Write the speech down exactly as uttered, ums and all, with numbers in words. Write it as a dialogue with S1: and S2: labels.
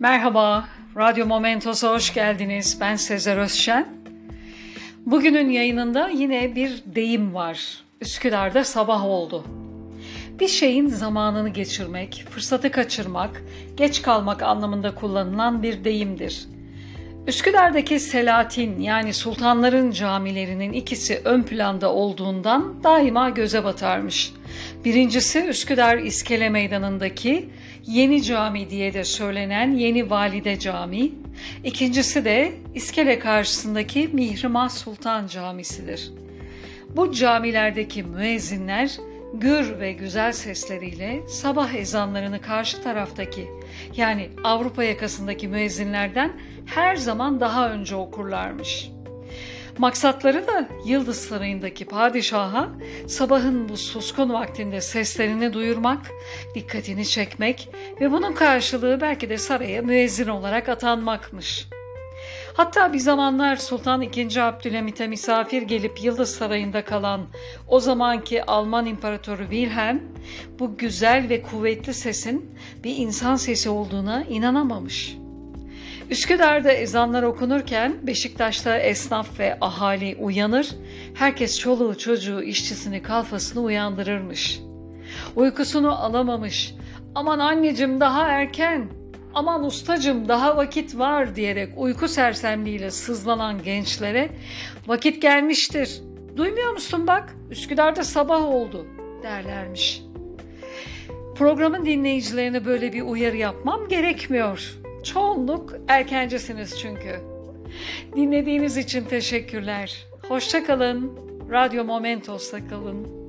S1: Merhaba, Radyo Momentos'a hoş geldiniz. Ben Sezer Özşen. Bugünün yayınında yine bir deyim var. Üsküdar'da sabah oldu. Bir şeyin zamanını geçirmek, fırsatı kaçırmak, geç kalmak anlamında kullanılan bir deyimdir. Üsküdar'daki Selahattin yani sultanların camilerinin ikisi ön planda olduğundan daima göze batarmış. Birincisi Üsküdar İskele Meydanı'ndaki Yeni Cami diye de söylenen Yeni Valide Camii. İkincisi de İskele karşısındaki Mihrimah Sultan Camisi'dir. Bu camilerdeki müezzinler gür ve güzel sesleriyle sabah ezanlarını karşı taraftaki yani Avrupa yakasındaki müezzinlerden her zaman daha önce okurlarmış. Maksatları da Yıldız Sarayı'ndaki padişaha sabahın bu suskun vaktinde seslerini duyurmak, dikkatini çekmek ve bunun karşılığı belki de saraya müezzin olarak atanmakmış. Hatta bir zamanlar Sultan ikinci. Abdülhamit'e misafir gelip Yıldız Sarayı'nda kalan o zamanki Alman İmparatoru Wilhelm bu güzel ve kuvvetli sesin bir insan sesi olduğuna inanamamış. Üsküdar'da ezanlar okunurken Beşiktaş'ta esnaf ve ahali uyanır, herkes çoluğu çocuğu işçisini kalfasını uyandırırmış. Uykusunu alamamış, aman anneciğim daha erken, aman ustacım daha vakit var diyerek uyku sersemliğiyle sızlanan gençlere vakit gelmiştir, duymuyor musun bak Üsküdar'da sabah oldu derlermiş. Programın dinleyicilerine böyle bir uyarı yapmam gerekmiyor. Çoğunluk erkencisiniz çünkü. Dinlediğiniz için teşekkürler. Hoşça kalın. Radyo Momentos'ta kalın.